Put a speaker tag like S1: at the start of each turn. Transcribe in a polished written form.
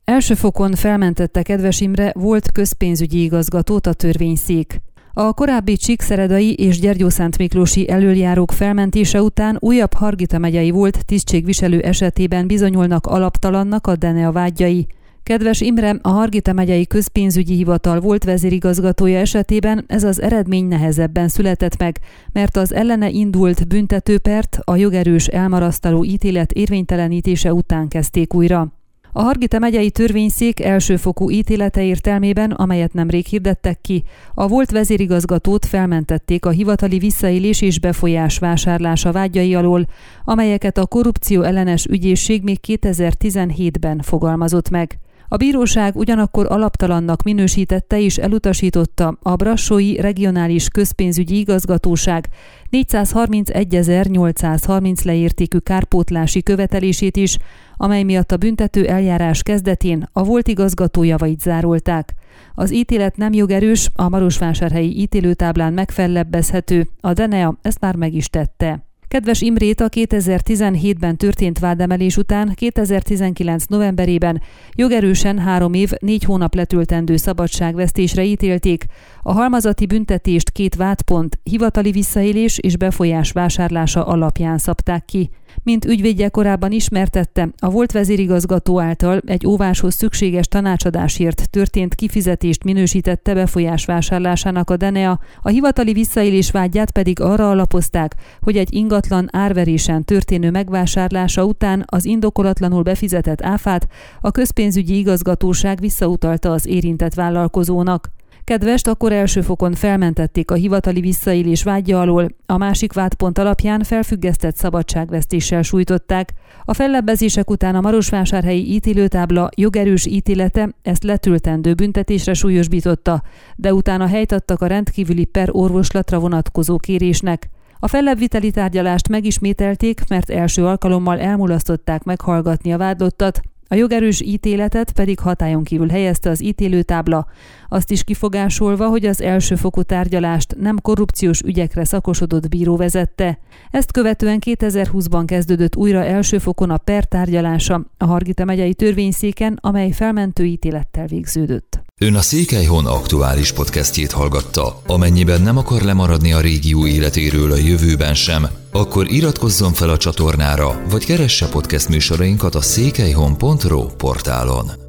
S1: Első fokon felmentette Kedves Imre volt közpénzügyi igazgatót a törvényszék. A korábbi csíkszeredai és gyergyószentmiklósi elöljárók felmentése után újabb Hargita megyei volt tisztségviselő esetében bizonyulnak alaptalannak a Denea vádjai. Kedves Imre a Hargita megyei közpénzügyi hivatal volt vezérigazgatója esetében ez az eredmény nehezebben született meg, mert az ellene indult büntetőpert a jogerős elmarasztaló ítélet érvénytelenítése után kezdték újra. A Hargita megyei törvényszék elsőfokú ítélete értelmében, amelyet nemrég hirdettek ki, a volt vezérigazgatót felmentették a hivatali visszaélés és befolyás vásárlása vádjai alól, amelyeket a korrupció ellenes ügyészség még 2017-ben fogalmazott meg. A bíróság ugyanakkor alaptalannak minősítette és elutasította a Brassói Regionális Közpénzügyi Igazgatóság 431.830 leértékű kárpótlási követelését is, amely miatt a büntető eljárás kezdetén a volt igazgató javait zárolták. Az ítélet nem jogerős, a marosvásárhelyi ítélőtáblán megfellebbezhető, a Denea ezt már meg is tette. Kedves Imrét a 2017-ben történt vádemelés után 2019. novemberében jogerősen 3 év, 4 hónap letöltendő szabadságvesztésre ítélték. A halmazati büntetést 2 vádpont, hivatali visszaélés és befolyás vásárlása alapján szabták ki. Mint ügyvédje korábban ismertette, a volt vezérigazgató által egy óváshoz szükséges tanácsadásért történt kifizetést minősítette befolyás vásárlásának a Denea, a hivatali visszaélés vádját pedig arra alapozták, hogy egy ingatlan árverésen történő megvásárlása után az indokolatlanul befizetett áfát a közpénzügyi igazgatóság visszautalta az érintett vállalkozónak. Kedvest akkor első fokon felmentették a hivatali visszaélés vádja alól, a másik vádpont alapján felfüggesztett szabadságvesztéssel sújtották. A fellebbezések után a marosvásárhelyi ítélőtábla jogerős ítélete ezt letöltendő büntetésre súlyosbította, de utána helyt adtak a rendkívüli per orvoslatra vonatkozó kérésnek. A fellebbviteli tárgyalást megismételték, mert első alkalommal elmulasztották meghallgatni a vádlottat, a jogerős ítéletet pedig hatályon kívül helyezte az ítélőtábla, azt is kifogásolva, hogy az elsőfokú tárgyalást nem korrupciós ügyekre szakosodott bíró vezette. Ezt követően 2020-ban kezdődött újra elsőfokon a per tárgyalása a Hargita megyei törvényszéken, amely felmentő ítélettel végződött.
S2: Ön a Székelyhon aktuális podcastjét hallgatta. Amennyiben nem akar lemaradni a régió életéről a jövőben sem, akkor iratkozzon fel a csatornára, vagy keresse podcast műsorainkat a székelyhon.ro portálon.